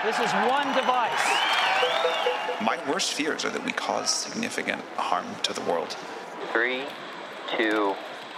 This is one device. My worst fears are that we cause significant harm to the world. 3, 2,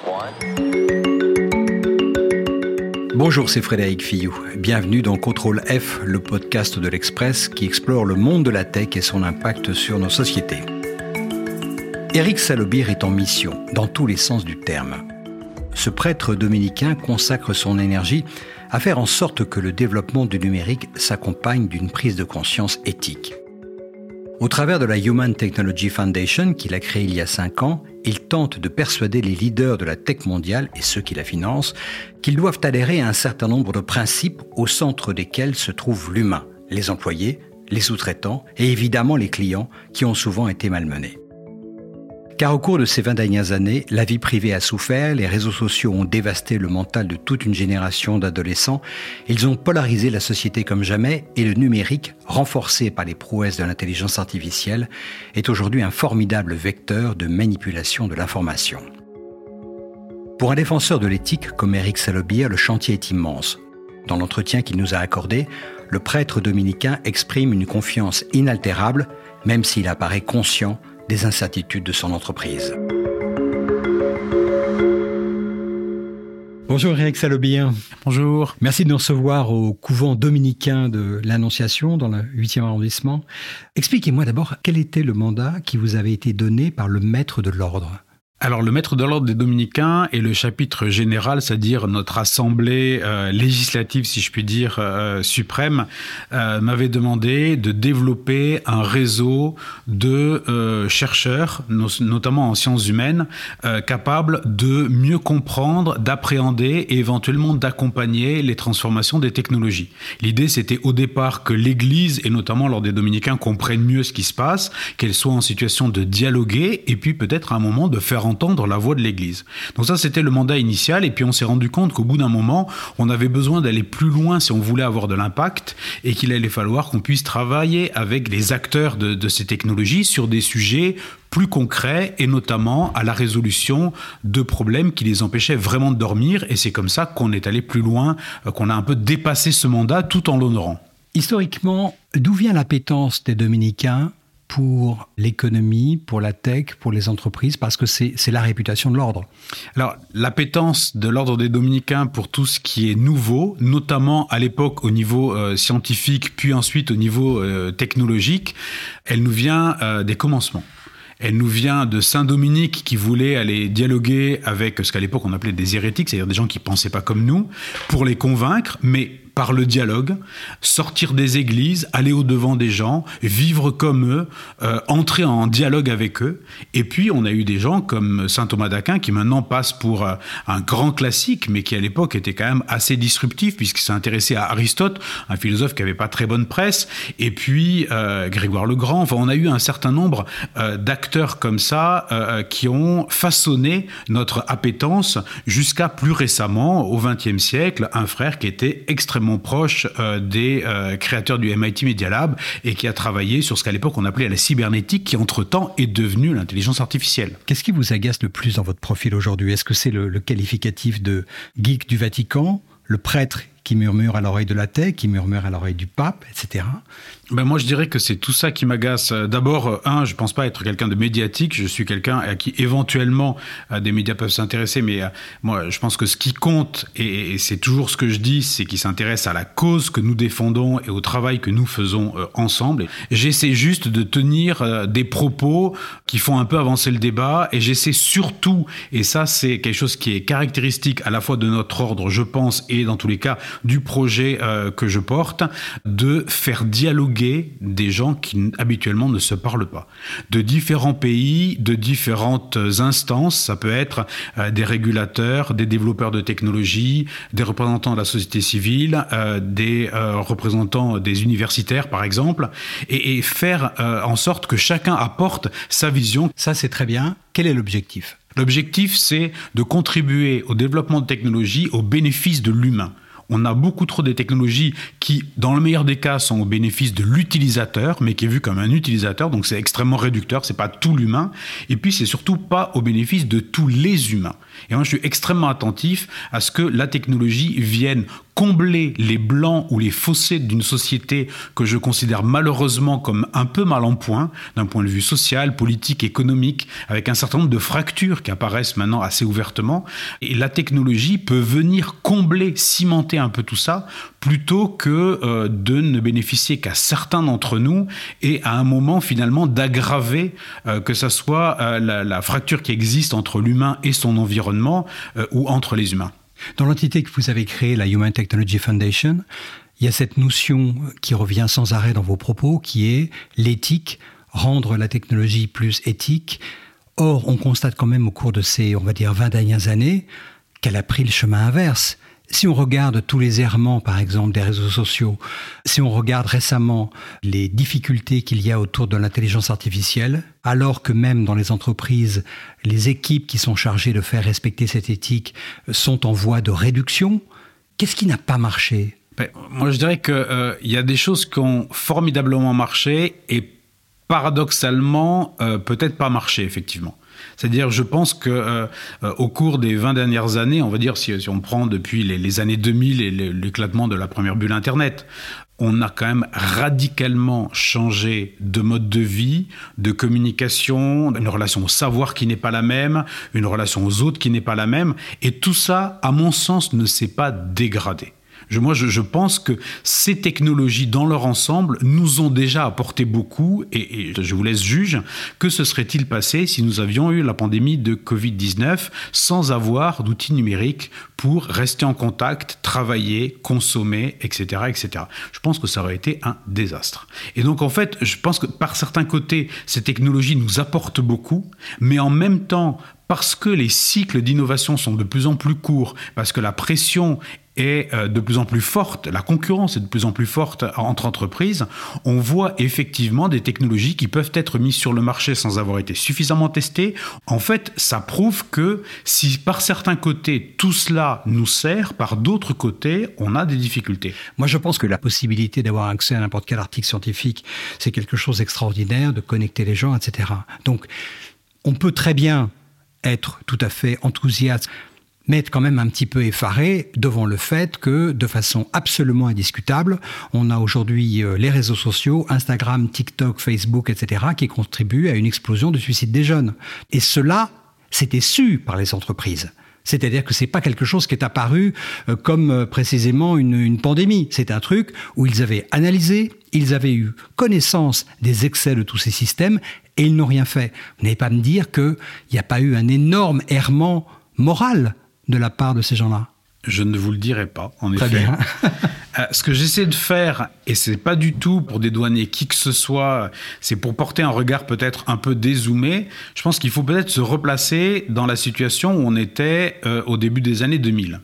1. Bonjour, c'est Frédéric Filloux. Bienvenue dans Contrôle F, le podcast de l'Express qui explore le monde de la tech et son impact sur nos sociétés. Eric Salobir est en mission, dans tous les sens du terme. Ce prêtre dominicain consacre son énergie à faire en sorte que le développement du numérique s'accompagne d'une prise de conscience éthique. Au travers de la Human Technology Foundation qu'il a créée il y a 5 ans, il tente de persuader les leaders de la tech mondiale et ceux qui la financent qu'ils doivent adhérer à un certain nombre de principes au centre desquels se trouve l'humain, les employés, les sous-traitants et évidemment les clients qui ont souvent été malmenés. Car au cours de ces 20 dernières années, la vie privée a souffert, les réseaux sociaux ont dévasté le mental de toute une génération d'adolescents, ils ont polarisé la société comme jamais et le numérique, renforcé par les prouesses de l'intelligence artificielle, est aujourd'hui un formidable vecteur de manipulation de l'information. Pour un défenseur de l'éthique comme Eric Salobir, le chantier est immense. Dans l'entretien qu'il nous a accordé, le prêtre dominicain exprime une confiance inaltérable, même s'il apparaît conscient des incertitudes de son entreprise. Bonjour Eric Salobir. Bonjour. Merci de nous recevoir au couvent dominicain de l'Annonciation dans le 8e arrondissement. Expliquez-moi d'abord quel était le mandat qui vous avait été donné par le maître de l'ordre. Alors, le maître de l'ordre des Dominicains et le chapitre général, c'est-à-dire notre assemblée législative, si je puis dire, suprême, m'avait demandé de développer un réseau de chercheurs, notamment en sciences humaines, capables de mieux comprendre, d'appréhender et éventuellement d'accompagner les transformations des technologies. L'idée, c'était au départ que l'Église, et notamment l'ordre des Dominicains, comprennent mieux ce qui se passe, qu'elle soit en situation de dialoguer et puis peut-être à un moment de faire entendre la voix de l'Église. Donc ça, c'était le mandat initial, et puis on s'est rendu compte qu'au bout d'un moment, on avait besoin d'aller plus loin si on voulait avoir de l'impact, et qu'il allait falloir qu'on puisse travailler avec les acteurs de ces technologies sur des sujets plus concrets, et notamment à la résolution de problèmes qui les empêchaient vraiment de dormir, et c'est comme ça qu'on est allé plus loin, qu'on a un peu dépassé ce mandat tout en l'honorant. Historiquement, d'où vient l'appétence des Dominicains pour l'économie, pour la tech, pour les entreprises, parce que c'est la réputation de l'ordre. Alors, l'appétence de l'ordre des Dominicains pour tout ce qui est nouveau, notamment à l'époque au niveau scientifique, puis ensuite au niveau technologique, elle nous vient des commencements. Elle nous vient de Saint-Dominique qui voulait aller dialoguer avec ce qu'à l'époque on appelait des hérétiques, c'est-à-dire des gens qui ne pensaient pas comme nous, pour les convaincre, mais par le dialogue, sortir des églises, aller au-devant des gens, vivre comme eux, entrer en dialogue avec eux. Et puis, on a eu des gens comme saint Thomas d'Aquin, qui maintenant passe pour un grand classique, mais qui à l'époque était quand même assez disruptif, puisqu'il s'est intéressé à Aristote, un philosophe qui n'avait pas très bonne presse, et puis Grégoire le Grand. Enfin, on a eu un certain nombre d'acteurs comme ça qui ont façonné notre appétence jusqu'à plus récemment, au XXe siècle, un frère qui était extrêmement proche des créateurs du MIT Media Lab et qui a travaillé sur ce qu'à l'époque on appelait la cybernétique, qui entre-temps est devenue l'intelligence artificielle. Qu'est-ce qui vous agace le plus dans votre profil aujourd'hui ? Est-ce que c'est le qualificatif de geek du Vatican, le prêtre qui murmure à l'oreille de la tech, qui murmure à l'oreille du pape, etc. Moi, je dirais que c'est tout ça qui m'agace. D'abord, je pense pas être quelqu'un de médiatique. Je suis quelqu'un à qui éventuellement des médias peuvent s'intéresser, mais moi, je pense que ce qui compte, et c'est toujours ce que je dis, c'est qu'ils s'intéressent à la cause que nous défendons et au travail que nous faisons ensemble. J'essaie juste de tenir des propos qui font un peu avancer le débat, et j'essaie surtout, et ça c'est quelque chose qui est caractéristique à la fois de notre ordre, je pense, et dans tous les cas du projet que je porte, de faire dialoguer des gens qui habituellement ne se parlent pas. De différents pays, de différentes instances, ça peut être des régulateurs, des développeurs de technologies, des représentants de la société civile, des représentants des universitaires par exemple, et faire en sorte que chacun apporte sa vision. Ça c'est très bien. Quel est l'objectif ? L'objectif, c'est de contribuer au développement de technologies au bénéfice de l'humain. On a beaucoup trop de technologies qui, dans le meilleur des cas, sont au bénéfice de l'utilisateur, mais qui est vu comme un utilisateur, donc c'est extrêmement réducteur, c'est pas tout l'humain. Et puis, c'est surtout pas au bénéfice de tous les humains. Et moi, je suis extrêmement attentif à ce que la technologie vienne combler les blancs ou les fossés d'une société que je considère malheureusement comme un peu mal en point, d'un point de vue social, politique, économique, avec un certain nombre de fractures qui apparaissent maintenant assez ouvertement. Et la technologie peut venir combler, cimenter un peu tout ça, plutôt que de ne bénéficier qu'à certains d'entre nous et à un moment finalement d'aggraver que ça soit la fracture qui existe entre l'humain et son environnement ou entre les humains. Dans l'entité que vous avez créée, la Human Technology Foundation, il y a cette notion qui revient sans arrêt dans vos propos, qui est l'éthique, rendre la technologie plus éthique. Or, on constate quand même au cours de ces, on va dire, 20 dernières années, qu'elle a pris le chemin inverse. Si on regarde tous les errements, par exemple, des réseaux sociaux, si on regarde récemment les difficultés qu'il y a autour de l'intelligence artificielle, alors que même dans les entreprises, les équipes qui sont chargées de faire respecter cette éthique sont en voie de réduction, qu'est-ce qui n'a pas marché ? Moi, je dirais qu'il y a des choses qui ont formidablement marché et paradoxalement, peut-être pas marché, effectivement. C'est-à-dire, je pense qu'au cours des 20 dernières années, on va dire, si on prend depuis les années 2000 et l'éclatement de la première bulle Internet, on a quand même radicalement changé de mode de vie, de communication, une relation au savoir qui n'est pas la même, une relation aux autres qui n'est pas la même. Et tout ça, à mon sens, ne s'est pas dégradé. Je pense que ces technologies, dans leur ensemble, nous ont déjà apporté beaucoup, et je vous laisse juge, que se serait-il passé si nous avions eu la pandémie de Covid-19 sans avoir d'outils numériques pour rester en contact, travailler, consommer, etc., etc. Je pense que ça aurait été un désastre. Et donc, en fait, je pense que par certains côtés, ces technologies nous apportent beaucoup, mais en même temps, parce que les cycles d'innovation sont de plus en plus courts, parce que la pression est de plus en plus forte, la concurrence est de plus en plus forte entre entreprises, on voit effectivement des technologies qui peuvent être mises sur le marché sans avoir été suffisamment testées. En fait, ça prouve que si par certains côtés tout cela nous sert, par d'autres côtés, on a des difficultés. Moi, je pense que la possibilité d'avoir accès à n'importe quel article scientifique, c'est quelque chose d'extraordinaire, de connecter les gens, etc. Donc, on peut très bien être tout à fait enthousiaste, mais être quand même un petit peu effaré devant le fait que, de façon absolument indiscutable, on a aujourd'hui les réseaux sociaux, Instagram, TikTok, Facebook, etc., qui contribuent à une explosion de suicide des jeunes. Et cela, c'était su par les entreprises. C'est-à-dire que c'est pas quelque chose qui est apparu comme précisément une pandémie. C'est un truc où ils avaient analysé, ils avaient eu connaissance des excès de tous ces systèmes et ils n'ont rien fait. Vous n'allez pas me dire qu'il n'y a pas eu un énorme errement moral de la part de ces gens-là? Je ne vous le dirai pas, en Très effet. bien. Ce que j'essaie de faire, et c'est pas du tout pour dédouaner qui que ce soit, c'est pour porter un regard peut-être un peu dézoomé. Je pense qu'il faut peut-être se replacer dans la situation où on était au début des années 2000.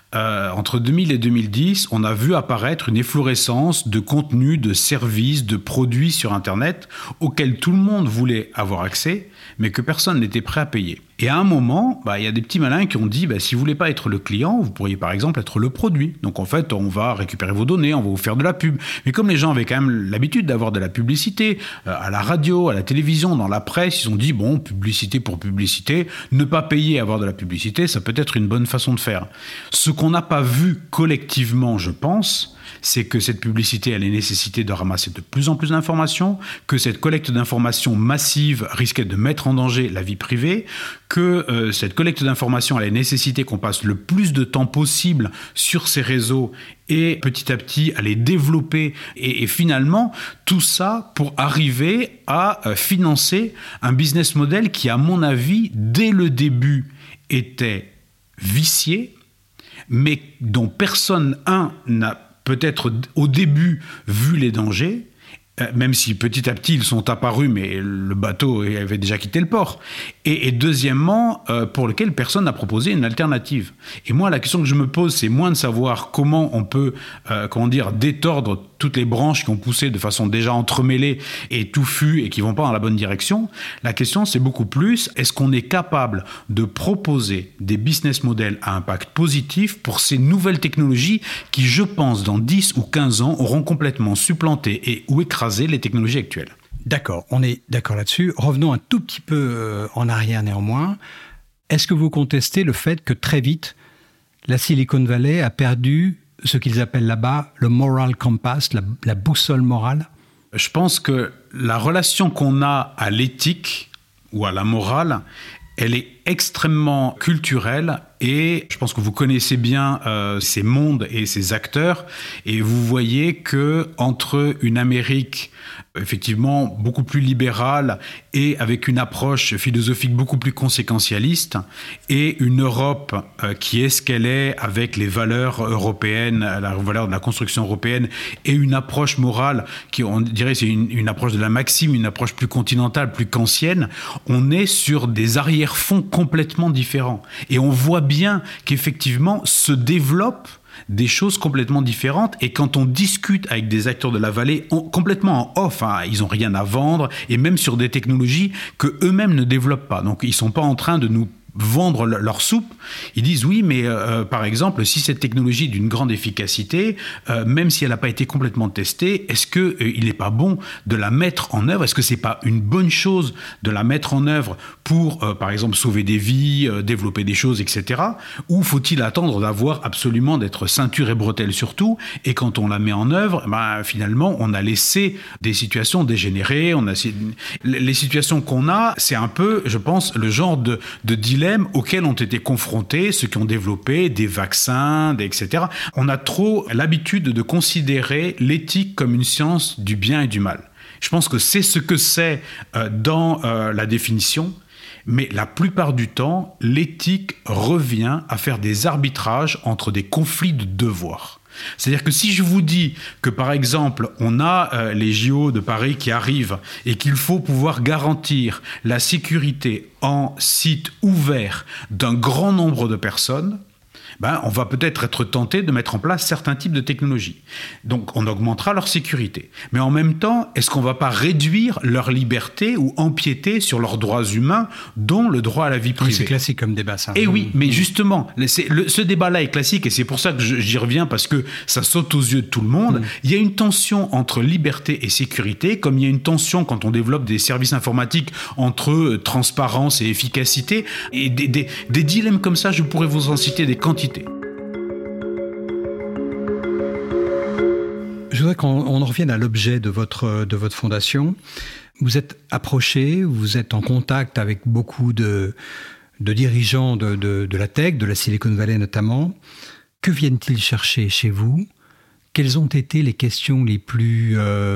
Entre 2000 et 2010, on a vu apparaître une efflorescence de contenus, de services, de produits sur Internet auxquels tout le monde voulait avoir accès, mais que personne n'était prêt à payer. Et à un moment, il y a des petits malins qui ont dit si vous voulez pas être le client, vous pourriez par exemple être le produit. Donc en fait, on va récupérer vos données, on va vous faire de la pub. Mais comme les gens avaient quand même l'habitude d'avoir de la publicité à la radio, à la télévision, dans la presse, ils ont dit publicité pour publicité, ne pas payer avoir de la publicité, ça peut être une bonne façon de faire. Ce qu'on n'a pas vu collectivement, je pense, c'est que cette publicité allait nécessiter de ramasser de plus en plus d'informations, que cette collecte d'informations massive risquait de mettre en danger la vie privée, que cette collecte d'informations allait nécessiter qu'on passe le plus de temps possible sur ces réseaux et petit à petit à les développer et finalement tout ça pour arriver à financer un business model qui, à mon avis, dès le début était vicié, mais dont personne, n'a peut-être au début vu les dangers, même si petit à petit ils sont apparus, mais le bateau avait déjà quitté le port. Et deuxièmement, pour lequel personne n'a proposé une alternative. Et moi, la question que je me pose, c'est moins de savoir comment on peut, détordre toutes les branches qui ont poussé de façon déjà entremêlée et touffue et qui vont pas dans la bonne direction. La question, c'est beaucoup plus, est-ce qu'on est capable de proposer des business models à impact positif pour ces nouvelles technologies qui, je pense, dans 10 ou 15 ans, auront complètement supplanté et ou écrasé les technologies actuelles. D'accord, on est d'accord là-dessus. Revenons un tout petit peu en arrière néanmoins. Est-ce que vous contestez le fait que très vite, la Silicon Valley a perdu ce qu'ils appellent là-bas le moral compass, la boussole morale? Je pense que la relation qu'on a à l'éthique ou à la morale, elle est extrêmement culturelle et je pense que vous connaissez bien ces mondes et ces acteurs et vous voyez que entre une Amérique effectivement beaucoup plus libérale et avec une approche philosophique beaucoup plus conséquentialiste et une Europe qui est ce qu'elle est avec les valeurs européennes, la valeur de la construction européenne et une approche morale qui on dirait c'est une approche de la maxime, une approche plus continentale, plus kantienne, on est sur des arrière-fonds complètement différents et on voit bien qu'effectivement se développent des choses complètement différentes et quand on discute avec des acteurs de la vallée complètement en off, hein, ils n'ont rien à vendre et même sur des technologies que eux-mêmes ne développent pas, donc ils ne sont pas en train de nous vendre leur soupe, ils disent oui mais par exemple si cette technologie est d'une grande efficacité, même si elle n'a pas été complètement testée, est-ce qu'il n'est pas bon de la mettre en œuvre, est-ce que c'est pas une bonne chose de la mettre en œuvre pour par exemple sauver des vies, développer des choses, etc. Ou faut-il attendre d'avoir absolument d'être ceinture et bretelles surtout, et quand on la met en œuvre, finalement on a laissé des situations dégénérer, les situations qu'on a, c'est un peu je pense le genre de dilemme auxquels ont été confrontés ceux qui ont développé des vaccins, etc. On a trop l'habitude de considérer l'éthique comme une science du bien et du mal. Je pense que c'est ce que c'est dans la définition, mais la plupart du temps, l'éthique revient à faire des arbitrages entre des conflits de devoirs. C'est-à-dire que si je vous dis que, par exemple, on a les JO de Paris qui arrivent et qu'il faut pouvoir garantir la sécurité en site ouvert d'un grand nombre de personnes, on va peut-être être tenté de mettre en place certains types de technologies. Donc, on augmentera leur sécurité. Mais en même temps, est-ce qu'on ne va pas réduire leur liberté ou empiéter sur leurs droits humains, dont le droit à la vie privée ? Oui, c'est classique comme débat, ça. Et oui, mais justement, ce débat-là est classique, et c'est pour ça que j'y reviens, parce que ça saute aux yeux de tout le monde. Il y a une tension entre liberté et sécurité, comme il y a une tension quand on développe des services informatiques entre transparence et efficacité. Et des dilemmes comme ça, je pourrais vous en citer des quantités. Je voudrais qu'on en revienne à l'objet de votre fondation. Vous êtes approché, vous êtes en contact avec beaucoup de dirigeants de la tech, de la Silicon Valley notamment. Que viennent-ils chercher chez vous ? Quelles ont été les questions les plus...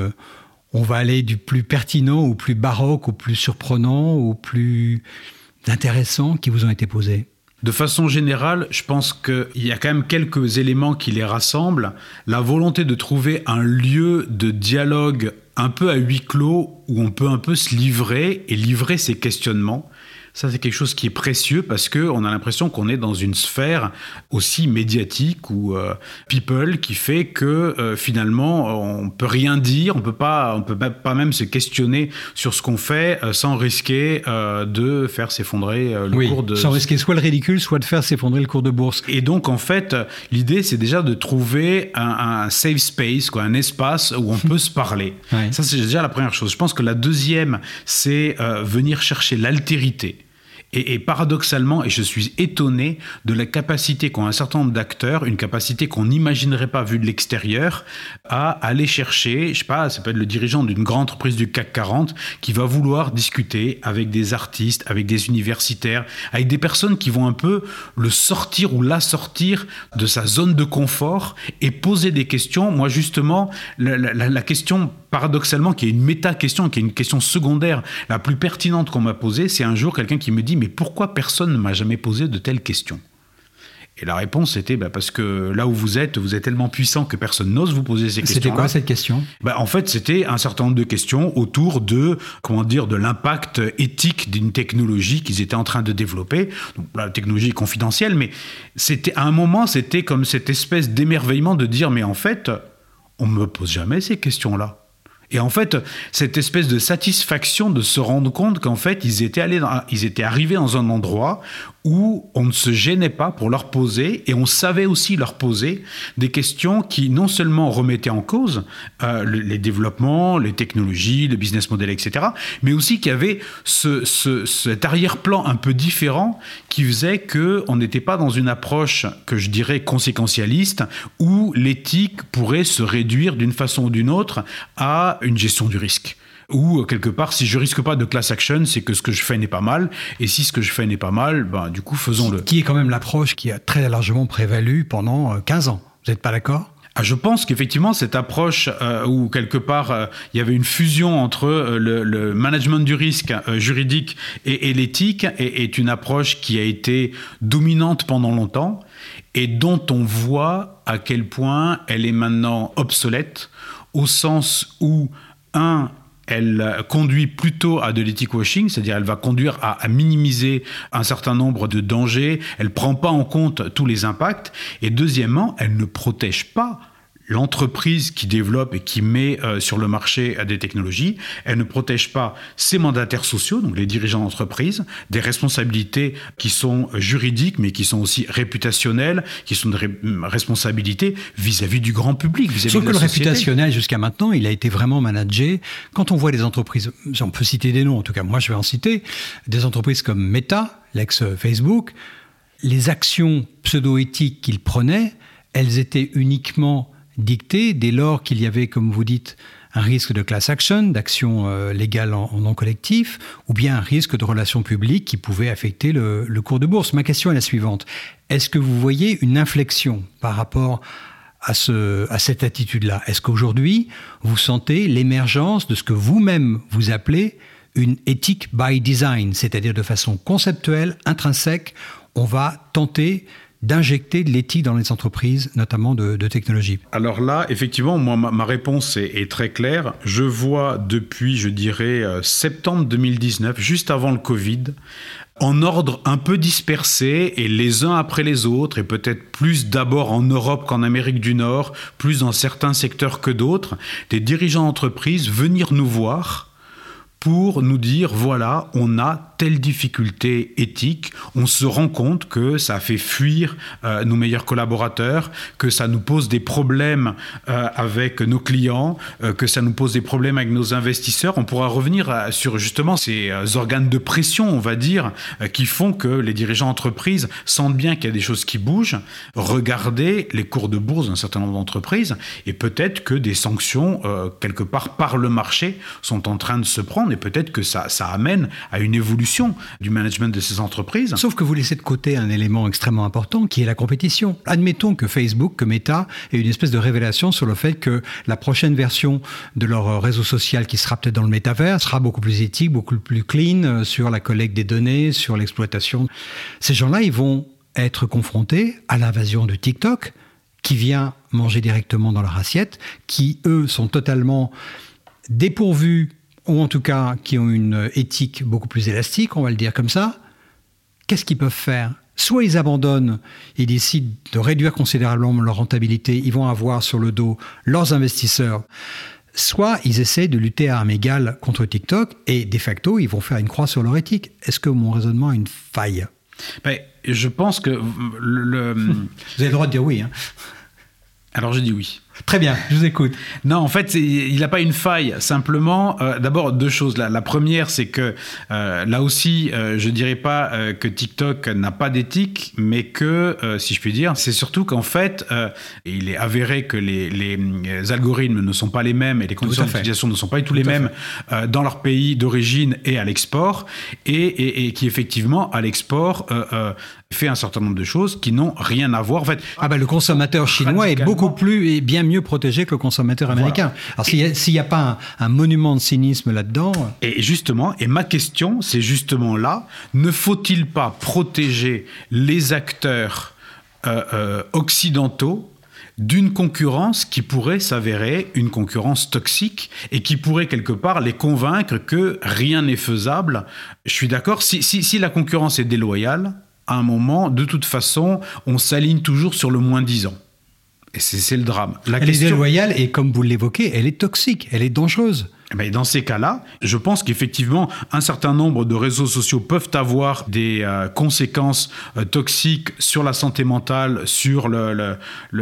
on va aller du plus pertinent au plus baroque, au plus surprenant, au plus intéressant qui vous ont été posées ? De façon générale, je pense qu'il y a quand même quelques éléments qui les rassemblent. La volonté de trouver un lieu de dialogue un peu à huis clos où on peut un peu se livrer et livrer ses questionnements. Ça, c'est quelque chose qui est précieux parce qu'on a l'impression qu'on est dans une sphère aussi médiatique ou people qui fait que finalement, on ne peut rien dire, on peut pas même se questionner sur ce qu'on fait sans risquer de faire s'effondrer le cours de... sans risquer soit le ridicule, soit de faire s'effondrer le cours de bourse. Et donc, en fait, l'idée, c'est déjà de trouver un safe space, un espace où on peut se parler. Ouais. Ça, c'est déjà la première chose. Je pense que la deuxième, c'est venir chercher l'altérité. Et paradoxalement, et je suis étonné de la capacité qu'ont un certain nombre d'acteurs, une capacité qu'on n'imaginerait pas vue de l'extérieur, à aller chercher, je sais pas, ça peut être le dirigeant d'une grande entreprise du CAC 40 qui va vouloir discuter avec des artistes, avec des universitaires, avec des personnes qui vont un peu le sortir ou la sortir de sa zone de confort et poser des questions. Moi, justement, la question paradoxalement, qui est une méta-question, qui est une question secondaire, la plus pertinente qu'on m'a posée, c'est un jour quelqu'un qui me dit « Mais pourquoi personne ne m'a jamais posé de telles questions ?» Et la réponse était parce que là où vous êtes tellement puissant que personne n'ose vous poser ces questions. C'était quoi cette question ? En fait, c'était un certain nombre de questions autour de l'impact éthique d'une technologie qu'ils étaient en train de développer. Donc la technologie est confidentielle, mais à un moment, c'était comme cette espèce d'émerveillement de dire « Mais en fait, on ne me pose jamais ces questions-là. » Et en fait, cette espèce de satisfaction de se rendre compte qu'en fait, ils étaient arrivés dans un endroit où on ne se gênait pas pour leur poser, et on savait aussi leur poser des questions qui non seulement remettaient en cause les développements, les technologies, le business model, etc., mais aussi qu'il y avait cet arrière-plan un peu différent qui faisait qu'on n'était pas dans une approche que je dirais conséquentialiste, où l'éthique pourrait se réduire d'une façon ou d'une autre à une gestion du risque. Ou quelque part, si je risque pas de class action, c'est que ce que je fais n'est pas mal. Et si ce que je fais n'est pas mal, du coup, faisons-le. Qui est quand même l'approche qui a très largement prévalu pendant 15 ans. Vous n'êtes pas d'accord ? Je pense qu'effectivement, cette approche où quelque part, il y avait une fusion entre le management du risque juridique et l'éthique est une approche qui a été dominante pendant longtemps et dont on voit à quel point elle est maintenant obsolète, au sens où, elle conduit plutôt à de l'ethic washing, c'est-à-dire elle va conduire à minimiser un certain nombre de dangers, elle ne prend pas en compte tous les impacts, et deuxièmement, elle ne protège pas l'entreprise qui développe et qui met sur le marché des technologies, elle ne protège pas ses mandataires sociaux, donc les dirigeants d'entreprise, des responsabilités qui sont juridiques, mais qui sont aussi réputationnelles, qui sont des responsabilités vis-à-vis du grand public, vis-à-vis Sauf de la que le société. réputationnel, jusqu'à maintenant, il a été vraiment managé. Quand on voit des entreprises, on peut citer des noms, en tout cas moi je vais en citer, des entreprises comme Meta, l'ex-Facebook, les actions pseudo-éthiques qu'ils prenaient, elles étaient uniquement dictée dès lors qu'il y avait, comme vous dites, un risque de class action, d'action légale en non collectif, ou bien un risque de relations publiques qui pouvait affecter le cours de bourse. Ma question est la suivante. Est-ce que vous voyez une inflexion par rapport à cette attitude-là ? Est-ce qu'aujourd'hui, vous sentez l'émergence de ce que vous-même vous appelez une éthique by design, c'est-à-dire de façon conceptuelle, intrinsèque, on va tenter d'injecter de l'éthique dans les entreprises, notamment de technologie? Alors là, effectivement, moi, ma réponse est très claire. Je vois depuis, je dirais, septembre 2019, juste avant le Covid, en ordre un peu dispersé, et les uns après les autres, et peut-être plus d'abord en Europe qu'en Amérique du Nord, plus dans certains secteurs que d'autres, des dirigeants d'entreprises venir nous voir pour nous dire, voilà, on a telle difficulté éthique, on se rend compte que ça fait fuir nos meilleurs collaborateurs, que ça nous pose des problèmes avec nos clients, que ça nous pose des problèmes avec nos investisseurs. On pourra revenir sur justement ces organes de pression, on va dire, qui font que les dirigeants d'entreprise sentent bien qu'il y a des choses qui bougent. Regardez les cours de bourse d'un certain nombre d'entreprises et peut-être que des sanctions, quelque part par le marché, sont en train de se prendre et peut-être que ça amène à une évolution du management de ces entreprises. Sauf que vous laissez de côté un élément extrêmement important qui est la compétition. Admettons que Facebook, que Meta, ait une espèce de révélation sur le fait que la prochaine version de leur réseau social qui sera peut-être dans le métavers sera beaucoup plus éthique, beaucoup plus clean sur la collecte des données, sur l'exploitation. Ces gens-là, ils vont être confrontés à l'invasion de TikTok qui vient manger directement dans leur assiette, qui, eux, sont totalement dépourvus ou en tout cas qui ont une éthique beaucoup plus élastique, on va le dire comme ça. Qu'est-ce qu'ils peuvent faire ? Soit ils abandonnent, ils décident de réduire considérablement leur rentabilité, ils vont avoir sur le dos leurs investisseurs, soit ils essaient de lutter à armes égales contre TikTok et de facto, ils vont faire une croix sur leur éthique. Est-ce que mon raisonnement a une faille ? Je pense que Vous avez le droit de dire oui, hein. Alors je dis oui. Très bien, je vous écoute. Non, en fait, il n'a pas une faille. Simplement, d'abord, deux choses. La première, c'est que là aussi, je ne dirais pas que TikTok n'a pas d'éthique, mais que, si je puis dire, c'est surtout qu'en fait, il est avéré que les algorithmes ne sont pas les mêmes et les conditions d'utilisation ne sont pas du tout les mêmes dans leur pays d'origine et à l'export, et qui effectivement, à l'export, fait un certain nombre de choses qui n'ont rien à voir. En fait, le consommateur chinois est beaucoup plus et bien mieux protégé que le consommateur américain. Voilà. Alors s'il n'y a pas un monument de cynisme là-dedans... Et justement, et ma question, c'est justement là, ne faut-il pas protéger les acteurs occidentaux d'une concurrence qui pourrait s'avérer une concurrence toxique et qui pourrait quelque part les convaincre que rien n'est faisable? Je suis d'accord, si la concurrence est déloyale, à un moment, de toute façon, on s'aligne toujours sur le moins-disant. Et c'est le drame. Elle est déloyale et, comme vous l'évoquez, elle est toxique, elle est dangereuse. Mais dans ces cas-là, je pense qu'effectivement, un certain nombre de réseaux sociaux peuvent avoir des conséquences toxiques sur la santé mentale, sur le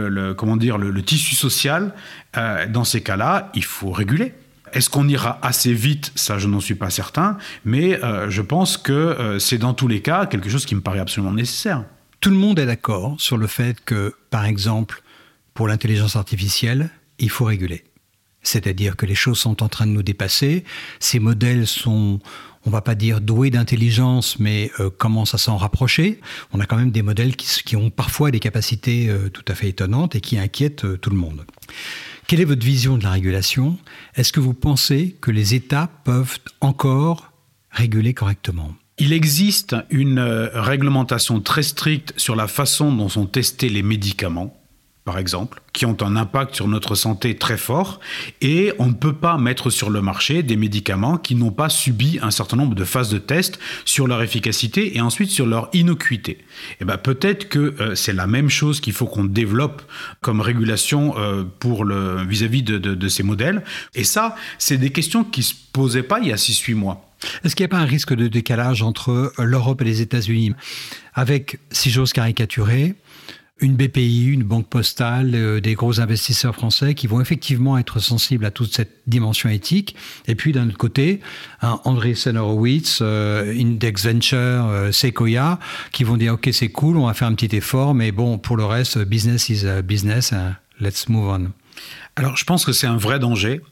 tissu social. Dans ces cas-là, il faut réguler. Est-ce qu'on ira assez vite ? Ça, je n'en suis pas certain. Mais je pense que c'est dans tous les cas quelque chose qui me paraît absolument nécessaire. Tout le monde est d'accord sur le fait que, par exemple, pour l'intelligence artificielle, il faut réguler. C'est-à-dire que les choses sont en train de nous dépasser. Ces modèles sont, on ne va pas dire doués d'intelligence, mais commencent à s'en rapprocher. On a quand même des modèles qui ont parfois des capacités tout à fait étonnantes et qui inquiètent tout le monde. Quelle est votre vision de la régulation ? Est-ce que vous pensez que les États peuvent encore réguler correctement ? Il existe une réglementation très stricte sur la façon dont sont testés les médicaments, par exemple, qui ont un impact sur notre santé très fort, et on ne peut pas mettre sur le marché des médicaments qui n'ont pas subi un certain nombre de phases de tests sur leur efficacité et ensuite sur leur innocuité. Et ben peut-être que c'est la même chose qu'il faut qu'on développe comme régulation vis-à-vis de ces modèles. Et ça, c'est des questions qui ne se posaient pas il y a 6-8 mois. Est-ce qu'il n'y a pas un risque de décalage entre l'Europe et les États-Unis ? Avec, si j'ose caricaturer, une BPI, une banque postale, des gros investisseurs français qui vont effectivement être sensibles à toute cette dimension éthique. Et puis d'un autre côté, Andreessen Horowitz, Index Venture, Sequoia, qui vont dire « Ok, c'est cool, on va faire un petit effort, mais bon, pour le reste, business is business, let's move on ». Alors, je pense que c'est un vrai danger.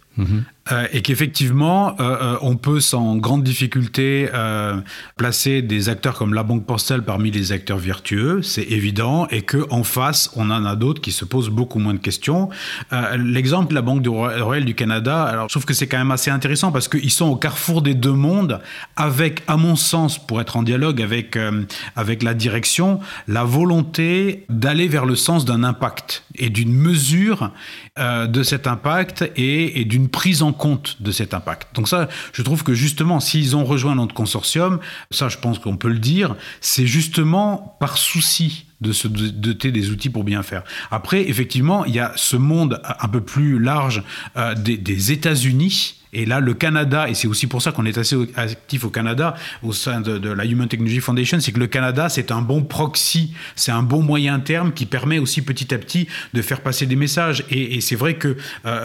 Et qu'effectivement, on peut sans grande difficulté placer des acteurs comme la Banque Postale parmi les acteurs vertueux, c'est évident, et qu'en face, on en a d'autres qui se posent beaucoup moins de questions. L'exemple de la Banque Royale du Canada, alors je trouve que c'est quand même assez intéressant parce qu'ils sont au carrefour des deux mondes avec, à mon sens, pour être en dialogue avec la direction, la volonté d'aller vers le sens d'un impact et d'une mesure de cet impact et d'une prise en compte de cet impact. Donc ça, je trouve que justement, s'ils ont rejoint notre consortium, ça je pense qu'on peut le dire, c'est justement par souci de se doter des outils pour bien faire. Après, effectivement, il y a ce monde un peu plus large des États-Unis. Et là, le Canada, et c'est aussi pour ça qu'on est assez actif au Canada, au sein de la Human Technology Foundation, c'est que le Canada, c'est un bon proxy, c'est un bon moyen terme qui permet aussi petit à petit de faire passer des messages. Et c'est vrai que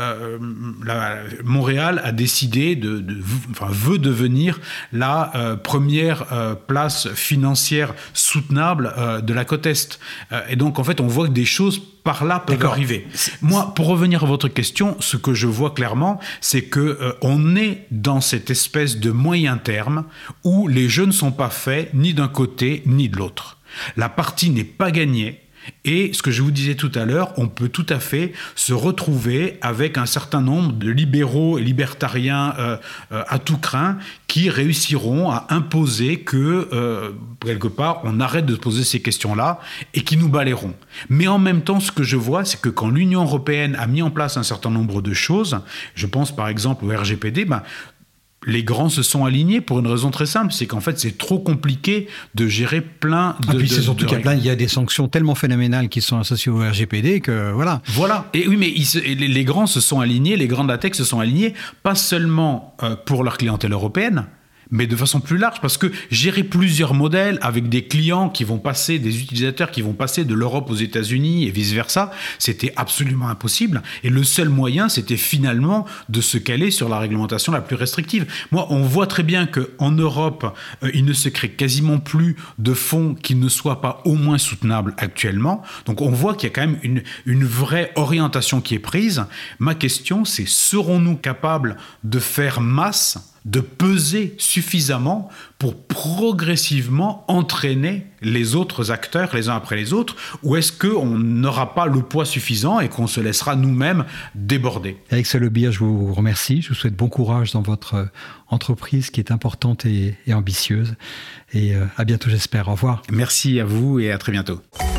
Montréal a décidé veut devenir la première place financière soutenable de la côte Est. Et donc, en fait, on voit que des choses par là peuvent arriver. Moi, pour revenir à votre question, ce que je vois clairement, c'est que on est dans cette espèce de moyen terme où les jeux ne sont pas faits ni d'un côté ni de l'autre. La partie n'est pas gagnée. Et ce que je vous disais tout à l'heure, on peut tout à fait se retrouver avec un certain nombre de libéraux et libertariens à tout crin qui réussiront à imposer que, quelque part, on arrête de se poser ces questions-là et qui nous balayeront. Mais en même temps, ce que je vois, c'est que quand l'Union européenne a mis en place un certain nombre de choses, je pense par exemple au RGPD, les grands se sont alignés pour une raison très simple, c'est qu'en fait, c'est trop compliqué de gérer plein de... puis c'est surtout qu'il y a des sanctions tellement phénoménales qui sont associées au RGPD que voilà. Voilà. Et oui, mais les grands se sont alignés, les grands de la tech se sont alignés, pas seulement pour leur clientèle européenne, mais de façon plus large, parce que gérer plusieurs modèles avec des clients qui vont passer, des utilisateurs qui vont passer de l'Europe aux États-Unis et vice-versa, c'était absolument impossible. Et le seul moyen, c'était finalement de se caler sur la réglementation la plus restrictive. Moi, on voit très bien qu'en Europe, il ne se crée quasiment plus de fonds qui ne soient pas au moins soutenables actuellement. Donc, on voit qu'il y a quand même une vraie orientation qui est prise. Ma question, c'est serons-nous capables de faire masse, de peser suffisamment pour progressivement entraîner les autres acteurs les uns après les autres, ou est-ce qu'on n'aura pas le poids suffisant et qu'on se laissera nous-mêmes déborder ? Eric Salobir, je vous remercie, je vous souhaite bon courage dans votre entreprise qui est importante et ambitieuse, et à bientôt j'espère, au revoir. Merci à vous et à très bientôt.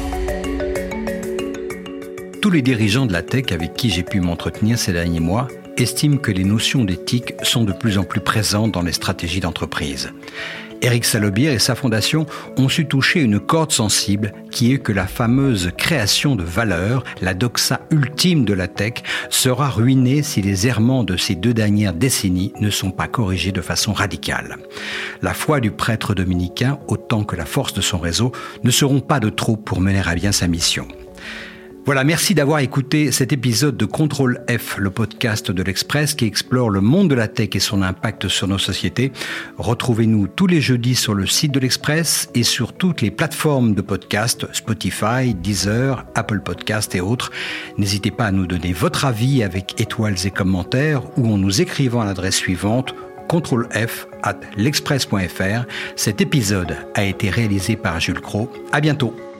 Tous les dirigeants de la tech avec qui j'ai pu m'entretenir ces derniers mois estiment que les notions d'éthique sont de plus en plus présentes dans les stratégies d'entreprise. Eric Salobir et sa fondation ont su toucher une corde sensible qui est que la fameuse création de valeur, la doxa ultime de la tech, sera ruinée si les errements de ces 2 dernières décennies ne sont pas corrigés de façon radicale. La foi du prêtre dominicain, autant que la force de son réseau, ne seront pas de trop pour mener à bien sa mission. Voilà, merci d'avoir écouté cet épisode de Contrôle F, le podcast de l'Express qui explore le monde de la tech et son impact sur nos sociétés. Retrouvez-nous tous les jeudis sur le site de l'Express et sur toutes les plateformes de podcast, Spotify, Deezer, Apple Podcast et autres. N'hésitez pas à nous donner votre avis avec étoiles et commentaires ou en nous écrivant à l'adresse suivante contrôlef@l'express.fr. Cet épisode a été réalisé par Jules Cros. À bientôt.